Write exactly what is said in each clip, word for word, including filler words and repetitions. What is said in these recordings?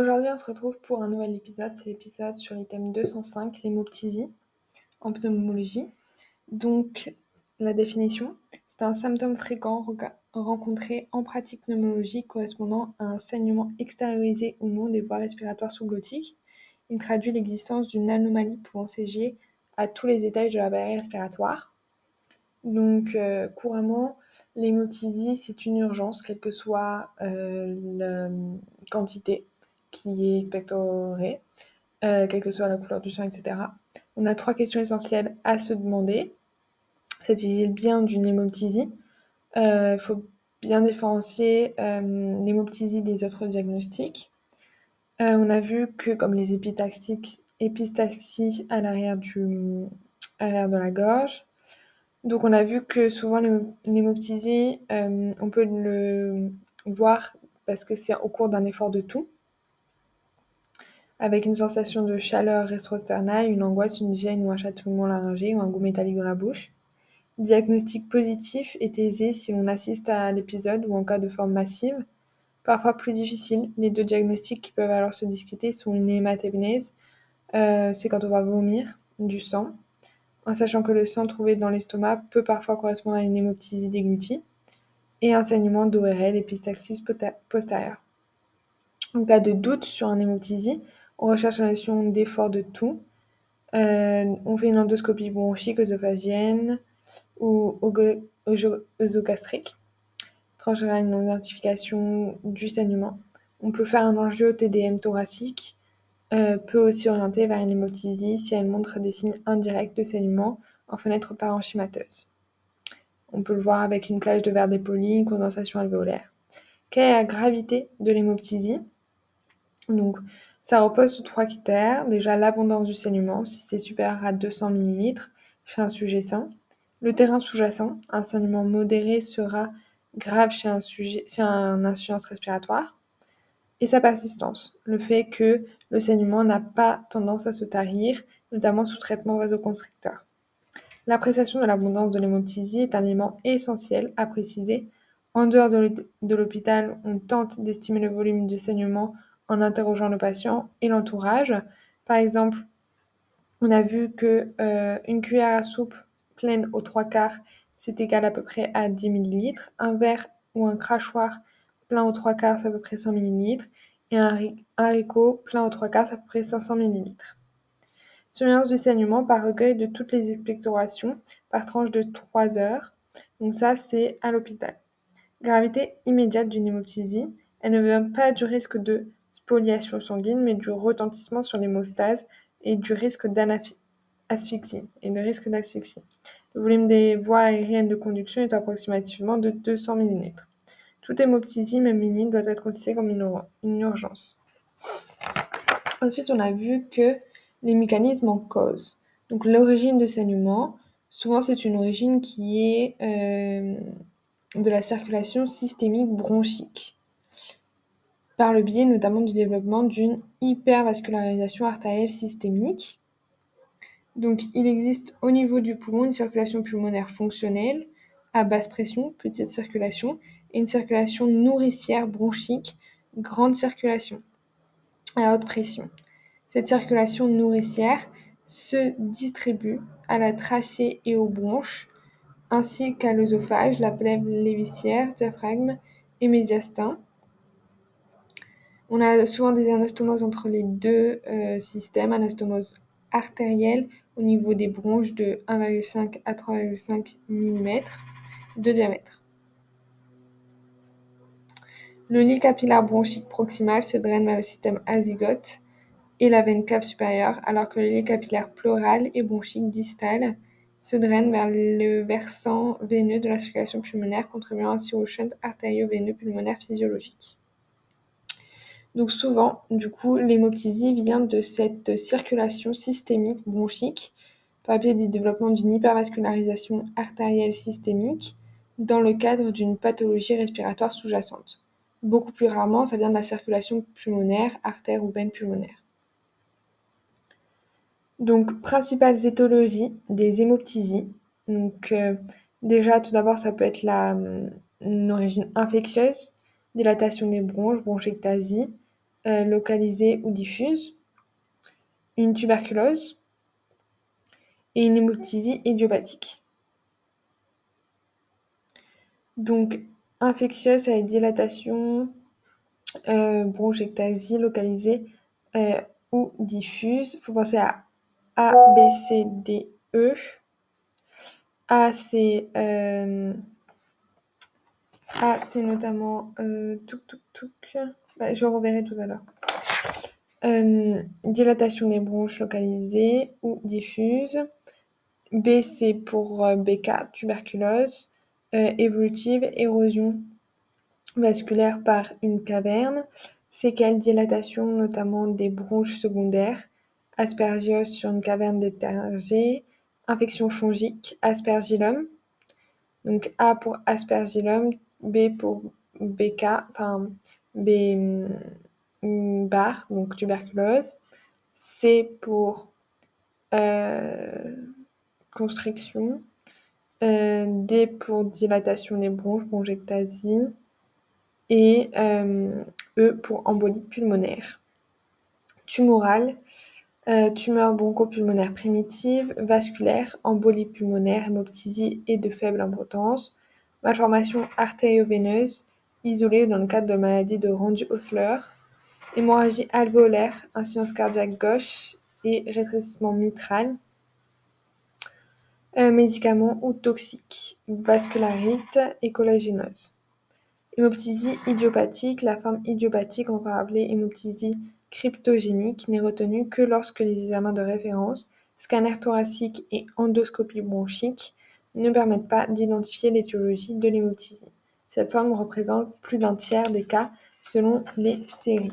aujourd'hui, on se retrouve pour un nouvel épisode. C'est l'épisode sur l'item deux cent cinq, l'hémoptysie en pneumologie. Donc, la définition, c'est un symptôme fréquent reca- rencontré en pratique pneumologique correspondant à un saignement extériorisé ou non des voies respiratoires sous-glottiques. Il traduit l'existence d'une anomalie pouvant séger à tous les étages de la barrière respiratoire. Donc, euh, couramment, l'hémoptysie, c'est une urgence, quelle que soit euh, la quantité qui est expectorée, euh, quelle que soit la couleur du sang, et cetera. On a trois questions essentielles à se demander. S'agit-il bien d'une hémoptysie? Il euh, faut bien différencier euh, l'hémoptysie des autres diagnostics. Euh, on a vu que, comme les épistaxies, épistaxies à l'arrière du, à l'arrière de la gorge, donc on a vu que souvent l'hémoptysie, euh, on peut le voir parce que c'est au cours d'un effort de toux, avec une sensation de chaleur rétro-sternale, une angoisse, une gêne ou un chatouillement laryngé ou un goût métallique dans la bouche. Diagnostic positif est aisé si l'on assiste à l'épisode ou en cas de forme massive. Parfois plus difficile, les deux diagnostics qui peuvent alors se discuter sont une hématébnèse, euh, c'est quand on va vomir du sang, en sachant que le sang trouvé dans l'estomac peut parfois correspondre à une hémoptysie déglutie, et un saignement d'O R L, épistaxis postérieure. En cas de doute sur une hémoptysie, on recherche la notion d'effort de toux. Euh, on fait une endoscopie bronchique, œsophagienne ou œsogastrique. Tranchera une identification du saignement. On peut faire un angio-T D M thoracique, euh, peut aussi orienter vers une hémoptysie si elle montre des signes indirects de saignement en fenêtre parenchymateuse. On peut le voir avec une plage de verre dépoli, une condensation alvéolaire. Quelle est la gravité de l'hémoptysie? Donc, ça repose sur trois critères. Déjà, l'abondance du saignement, si c'est supérieur à deux cents millilitres chez un sujet sain. Le terrain sous-jacent, un saignement modéré sera grave chez un sujet, chez un insuffisance respiratoire. Et sa persistance, le fait que le saignement n'a pas tendance à se tarir, notamment sous traitement vasoconstricteur. L'appréciation de l'abondance de l'hémoptysie est un élément essentiel à préciser. En dehors de l'hôpital, on tente d'estimer le volume de saignement en interrogeant le patient et l'entourage. Par exemple, on a vu que euh, une cuillère à soupe pleine aux trois quarts, c'est égal à peu près à dix millilitres. Un verre ou un crachoir plein aux trois quarts, c'est à peu près cent millilitres. Et un haricot plein aux trois quarts, c'est à peu près cinq cents millilitres. Surveillance du saignement par recueil de toutes les expectorations par tranche de trois heures. Donc ça, c'est à l'hôpital. Gravité immédiate d'une hémoptysie. Elle ne vient pas du risque de spoliation sanguine, mais du retentissement sur l'hémostase et du risque d'asphyxie. Et le risque d'asphyxie. Le volume des voies aériennes de conduction est approximativement de deux cents millilitres. Toute hémoptysie, même minime, doit être considérée comme une, une urgence. Ensuite, on a vu que les mécanismes en cause. Donc l'origine de saignement, souvent c'est une origine qui est euh, de la circulation systémique bronchique, par le biais notamment du développement d'une hypervascularisation artérielle systémique. Donc il existe au niveau du poumon une circulation pulmonaire fonctionnelle, à basse pression, petite circulation, et une circulation nourricière bronchique, grande circulation, à haute pression. Cette circulation nourricière se distribue à la trachée et aux bronches, ainsi qu'à l'œsophage, la plèvre lévicière, diaphragme et médiastin. On a souvent des anastomoses entre les deux euh, systèmes, anastomose artérielle au niveau des bronches de un virgule cinq à trois virgule cinq millimètres de diamètre. Le lit capillaire bronchique proximal se draine vers le système azygote et la veine cave supérieure, alors que le lit capillaire pleural et bronchique distal se draine vers le versant veineux de la circulation pulmonaire, contribuant ainsi au shunt artério-veineux pulmonaire physiologique. Donc souvent, du coup, l'hémoptysie vient de cette circulation systémique bronchique par le biais du développement d'une hypervascularisation artérielle systémique dans le cadre d'une pathologie respiratoire sous-jacente. Beaucoup plus rarement, ça vient de la circulation pulmonaire, artère ou veine pulmonaire. Donc, principales étiologies des hémoptysies. Donc, euh, déjà, tout d'abord, ça peut être la, une origine infectieuse, dilatation des bronches, bronchectasie, euh, localisée ou diffuse, une tuberculose et une hémoptysie idiopathique. Donc, infectieuse avec dilatation, euh, bronchectasie localisée euh, ou diffuse. Il faut penser à A, B, C, D, E. A, c'est, euh, A, c'est notamment euh, touc, touc, touc. Bah, je reverrai tout à l'heure. Euh, dilatation des bronches localisée ou diffuse. B, c'est pour euh, B K, tuberculose. Euh, évolutive, érosion vasculaire par une caverne. Séquelles, dilatation notamment des bronches secondaires. Aspergiose sur une caverne détergée. Infection fongique, aspergillum. Donc A pour aspergillum, B pour B K, enfin B mm, bar, donc tuberculose. C pour euh, constriction. Euh, D pour dilatation des bronches, bronchectasie. Et euh, E pour embolie pulmonaire. Tumorale, euh, tumeur bronchopulmonaire primitive, vasculaire, embolie pulmonaire, hémoptysie et de faible importance. Malformation artério-veineuse, isolée dans le cadre de maladie de Randu-Osler. Hémorragie alvéolaire, insuffisance cardiaque gauche et rétrécissement mitral. Euh, médicaments ou toxiques, vascularite et collagénose. Hémoptysie idiopathique, la forme idiopathique, encore appelée hémoptysie cryptogénique, n'est retenue que lorsque les examens de référence, scanner thoracique et endoscopie bronchique, ne permettent pas d'identifier l'étiologie de l'hémoptysie. Cette forme représente plus d'un tiers des cas selon les séries.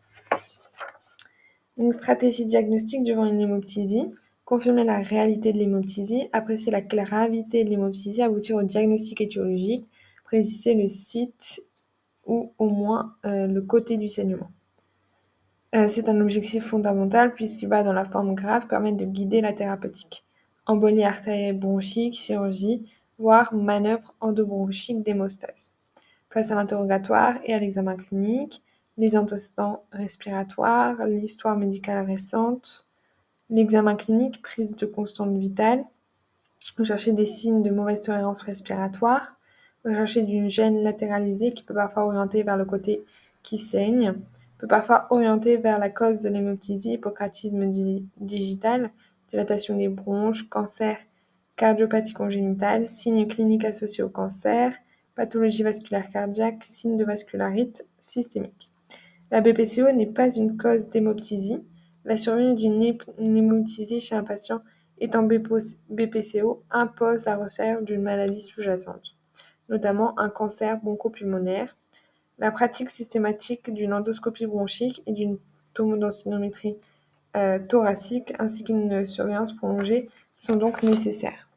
Donc, stratégie diagnostique durant une hémoptysie. Confirmer la réalité de l'hémoptysie, apprécier la gravité de l'hémoptysie, aboutir au diagnostic étiologique, préciser le site ou au moins euh, le côté du saignement. Euh, c'est un objectif fondamental puisqu'il va, dans la forme grave, permettre de guider la thérapeutique. Embolie artérielle bronchique, chirurgie, voire manœuvre endobronchique d'hémostase. Place à l'interrogatoire et à l'examen clinique, les antécédents respiratoires, l'histoire médicale récente, l'examen clinique, prise de constante vitale, rechercher des signes de mauvaise tolérance respiratoire, rechercher d'une gêne latéralisée qui peut parfois orienter vers le côté qui saigne, peut parfois orienter vers la cause de l'hémoptysie, hypocratisme di- digital, dilatation des bronches, cancer, cardiopathie congénitale, signes cliniques associés au cancer, pathologie vasculaire cardiaque, signes de vascularite systémique. La B P C O n'est pas une cause d'hémoptysie. La survenue d'une hémoptysie chez un patient étant B P C O impose la recherche d'une maladie sous-jacente, notamment un cancer bronchopulmonaire. La pratique systématique d'une endoscopie bronchique et d'une tomodensitométrie euh, thoracique ainsi qu'une surveillance prolongée sont donc nécessaires.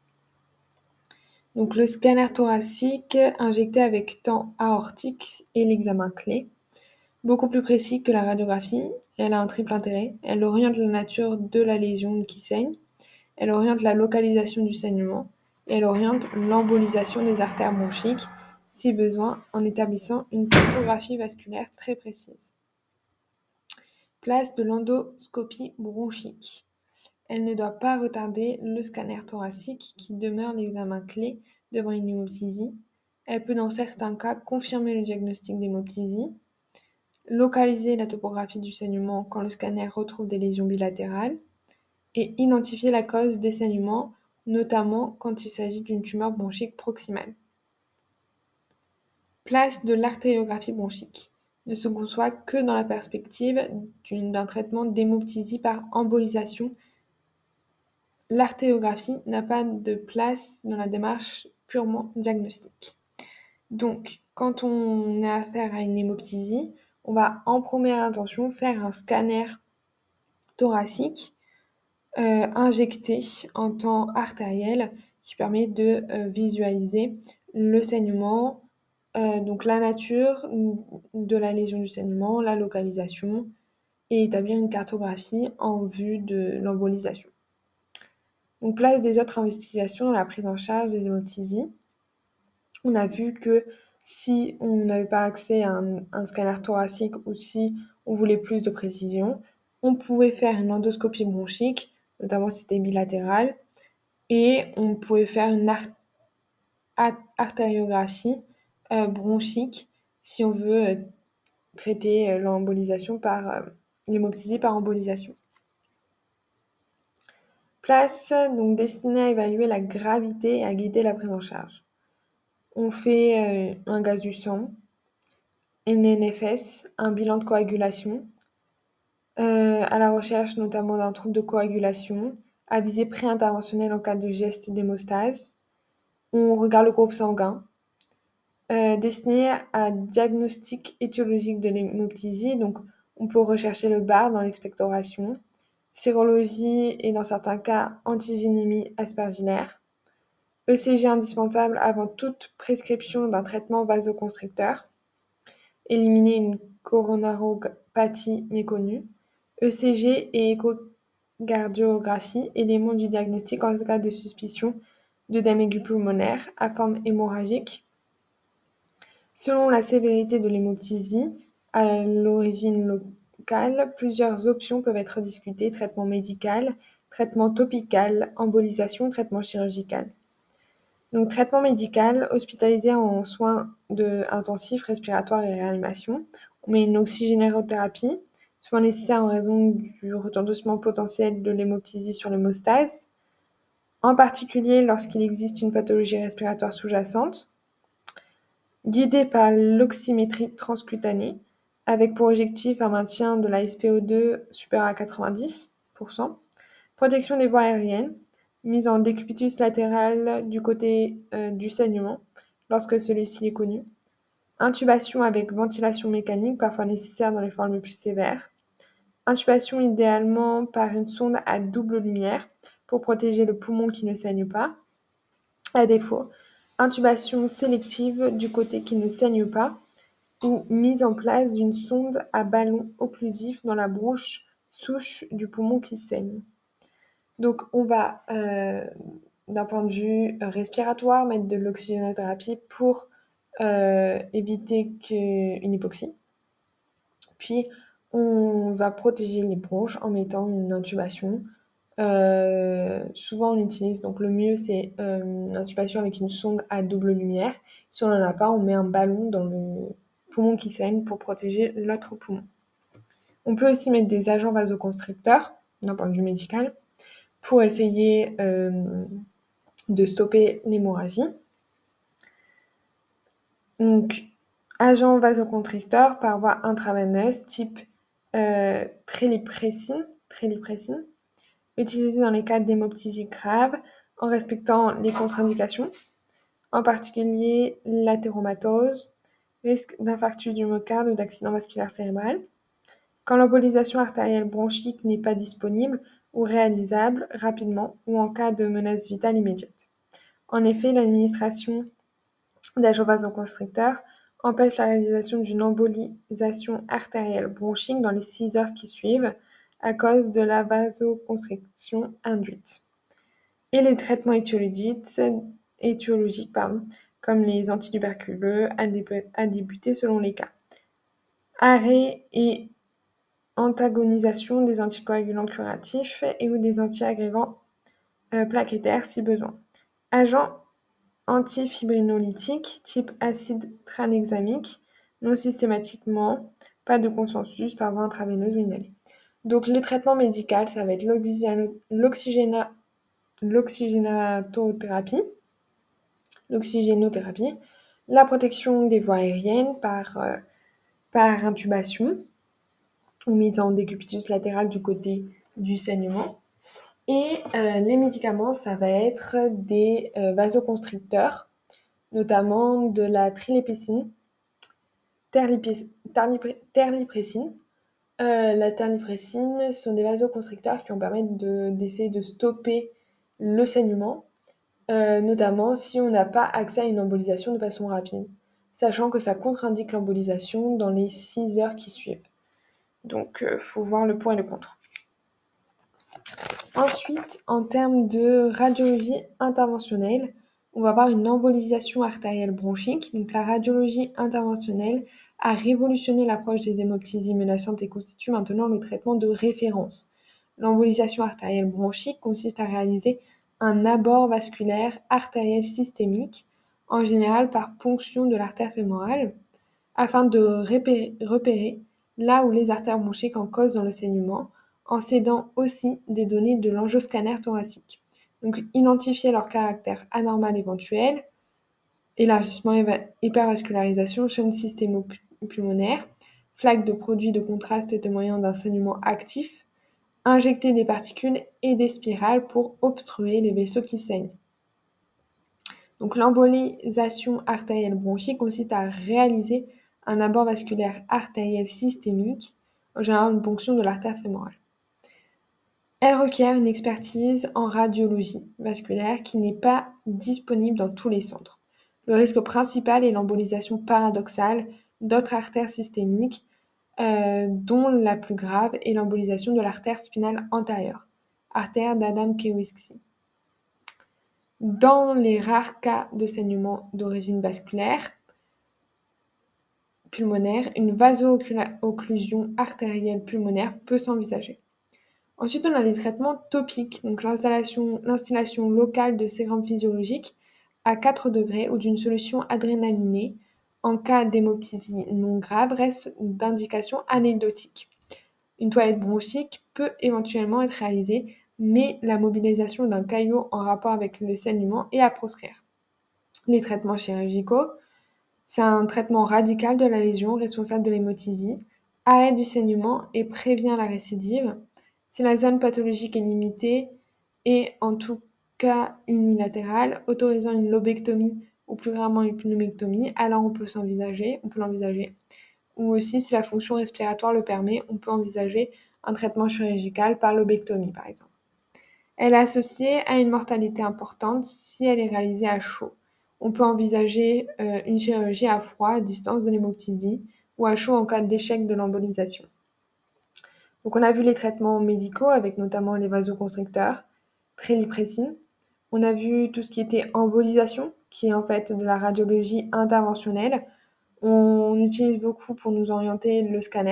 Donc le scanner thoracique injecté avec temps aortique est l'examen clé. Beaucoup plus précis que la radiographie, elle a un triple intérêt. Elle oriente la nature de la lésion qui saigne, elle oriente la localisation du saignement et elle oriente l'embolisation des artères bronchiques, si besoin, en établissant une topographie vasculaire très précise. Place de l'endoscopie bronchique. Elle ne doit pas retarder le scanner thoracique qui demeure l'examen clé devant une hémoptysie. Elle peut dans certains cas confirmer le diagnostic d'hémoptysie, localiser la topographie du saignement quand le scanner retrouve des lésions bilatérales et identifier la cause des saignements, notamment quand il s'agit d'une tumeur bronchique proximale. Place de l'artériographie bronchique. Ne se conçoit que dans la perspective d'un traitement d'hémoptysie par embolisation. L'artériographie n'a pas de place dans la démarche purement diagnostique. Donc, quand on a affaire à une hémoptysie, on va en première intention faire un scanner thoracique euh, injecté en temps artériel qui permet de euh, visualiser le saignement, euh, donc la nature de la lésion du saignement, la localisation et établir une cartographie en vue de l'embolisation. Donc, place des autres investigations dans la prise en charge des hémoptysies. On a vu que si on n'avait pas accès à un, un scanner thoracique ou si on voulait plus de précision. On pouvait faire une endoscopie bronchique, notamment si c'était bilatéral, et on pouvait faire une ar- ar- artériographie euh, bronchique si on veut euh, traiter euh, l'embolisation par euh, l'hémoptysie par embolisation. Place donc destinée à évaluer la gravité et à guider la prise en charge. On fait euh, un gaz du sang, un N F S, un bilan de coagulation, euh, à la recherche notamment d'un trouble de coagulation, à visée pré-interventionnelle en cas de geste d'hémostase. On regarde le groupe sanguin, euh, destiné à diagnostic étiologique de l'hémoptysie. Donc, on peut rechercher le B A R dans l'expectoration, sérologie et dans certains cas antigénémie aspergillère. E C G indispensable avant toute prescription d'un traitement vasoconstricteur. Éliminer une coronaropathie méconnue. E C G et échocardiographie, éléments du diagnostic en cas de suspicion d'œdème aigu pulmonaire à forme hémorragique. Selon la sévérité de l'hémoptysie, à l'origine locale, plusieurs options peuvent être discutées: traitement médical, traitement topical, embolisation, traitement chirurgical. Donc, traitement médical, hospitalisé en soins de intensifs, respiratoires et réanimation. On met une oxygénothérapie, souvent nécessaire en raison du retentissement potentiel de l'hémoptysie sur l'hémostase, en particulier lorsqu'il existe une pathologie respiratoire sous-jacente, guidée par l'oxymétrie transcutanée, avec pour objectif un maintien de la S p O deux supérieur à quatre-vingt-dix pour cent, protection des voies aériennes, mise en décubitus latéral du côté euh, du saignement, lorsque celui-ci est connu, intubation avec ventilation mécanique, parfois nécessaire dans les formes les plus sévères, intubation idéalement par une sonde à double lumière pour protéger le poumon qui ne saigne pas. À défaut, intubation sélective du côté qui ne saigne pas ou mise en place d'une sonde à ballon occlusif dans la bronche souche du poumon qui saigne. Donc, on va, euh, d'un point de vue euh, respiratoire, mettre de l'oxygénothérapie pour euh, éviter une hypoxie. Puis, on va protéger les bronches en mettant une intubation. Euh, souvent, on utilise, donc le mieux, c'est euh, une intubation avec une sonde à double lumière. Si on n'en a pas, on met un ballon dans le poumon qui saigne pour protéger l'autre poumon. On peut aussi mettre des agents vasoconstricteurs, d'un point de vue médical, pour essayer euh, de stopper l'hémorragie. Donc, agent vasoconstricteur par voie intraveineuse type euh, trélipressine, trélipressine, utilisé dans les cas d'hémoptysie grave en respectant les contre-indications, en particulier l'athéromatose, risque d'infarctus du myocarde ou d'accident vasculaire cérébral. Quand l'embolisation artérielle bronchique n'est pas disponible ou réalisable rapidement ou en cas de menace vitale immédiate. En effet, l'administration d'agents vasoconstricteurs empêche la réalisation d'une embolisation artérielle bronchique dans les six heures qui suivent à cause de la vasoconstriction induite. Et les traitements étiologiques, étiologiques pardon, comme les antituberculeux, à, dé- à débuter selon les cas. Arrêt et antagonisation des anticoagulants curatifs et ou des antiagrégants euh, plaquettaires si besoin. Agents antifibrinolytiques type acide tranexamique, non systématiquement, pas de consensus par voie intraveineuse ou inhalée. Donc les traitements médicaux, ça va être l'oxygéna- l'oxygénatothérapie, l'oxygénothérapie, la protection des voies aériennes par, euh, par intubation ou mise en décubitus latéral du côté du saignement. Et euh, les médicaments, ça va être des euh, vasoconstricteurs, notamment de la trilépicine, terlipressine. Euh, la terlipressine, ce sont des vasoconstricteurs qui vont permettre de, d'essayer de stopper le saignement, euh, notamment si on n'a pas accès à une embolisation de façon rapide, sachant que ça contre-indique l'embolisation dans les six heures qui suivent. Donc, il euh, faut voir le pour et le contre. Ensuite, en termes de radiologie interventionnelle, on va avoir une embolisation artérielle bronchique. Donc, la radiologie interventionnelle a révolutionné l'approche des hémoptysies menaçantes et constitue maintenant le traitement de référence. L'embolisation artérielle bronchique consiste à réaliser un abord vasculaire artériel systémique, en général par ponction de l'artère fémorale, afin de repérer, repérer là où les artères bronchiques en causent dans le saignement, en s'aidant aussi des données de l'angioscanner thoracique. Donc, identifier leur caractère anormal éventuel, élargissement, hypervascularisation, chaîne systémo-pulmonaire, flaque de produits de contraste et témoignant d'un saignement actif, injecter des particules et des spirales pour obstruer les vaisseaux qui saignent. Donc, l'embolisation artérielle bronchique consiste à réaliser un abord vasculaire artériel systémique, en général une ponction de l'artère fémorale. Elle requiert une expertise en radiologie vasculaire qui n'est pas disponible dans tous les centres. Le risque principal est l'embolisation paradoxale d'autres artères systémiques, euh, dont la plus grave est l'embolisation de l'artère spinale antérieure, artère d'Adam-Kewicki. Dans les rares cas de saignement d'origine vasculaire pulmonaire, une vaso-occlusion artérielle pulmonaire peut s'envisager. Ensuite, on a les traitements topiques, donc l'installation, l'instillation locale de sérum physiologique à quatre degrés ou d'une solution adrénalinée en cas d'hémoptysie non grave reste d'indication anecdotique. Une toilette bronchique peut éventuellement être réalisée, mais la mobilisation d'un caillot en rapport avec le saignement est à proscrire. Les traitements chirurgicaux, c'est un traitement radical de la lésion responsable de l'hémoptysie, arrête du saignement et prévient la récidive. Si la zone pathologique est limitée et en tout cas unilatérale, autorisant une lobectomie ou plus rarement une pneumectomie, alors on peut s'envisager, on peut l'envisager. Ou aussi, si la fonction respiratoire le permet, on peut envisager un traitement chirurgical par lobectomie, par exemple. Elle est associée à une mortalité importante si elle est réalisée à chaud. On peut envisager euh, une chirurgie à froid à distance de l'hémoptysie ou à chaud en cas d'échec de l'embolisation. Donc on a vu les traitements médicaux avec notamment les vasoconstricteurs, trélipressine. On a vu tout ce qui était embolisation, qui est en fait de la radiologie interventionnelle. On utilise beaucoup pour nous orienter le scanner.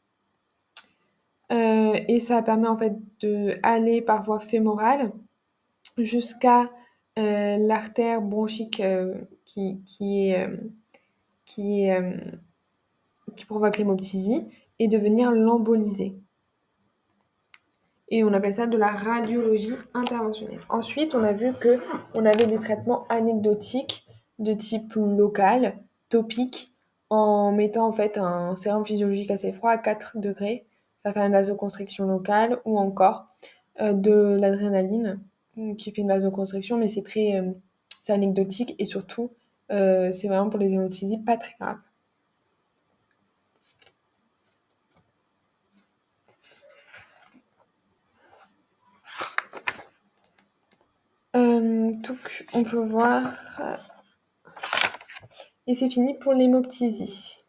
Euh, et ça permet en fait d'aller par voie fémorale jusqu'à euh, l'artère bronchique euh, qui, qui, est, euh, qui, est, euh, qui provoque l'hémoptysie et de venir l'emboliser. Et on appelle ça de la radiologie interventionnelle. Ensuite, on a vu que on avait des traitements anecdotiques de type local, topique, en mettant en fait un sérum physiologique assez froid à quatre degrés, ça fait une vasoconstriction locale, ou encore euh, de l'adrénaline qui fait une vasoconstriction, mais c'est très euh, c'est anecdotique et surtout euh, c'est vraiment pour les hémoptysies pas très graves. Euh, donc on peut voir. Et c'est fini pour l'hémoptysie.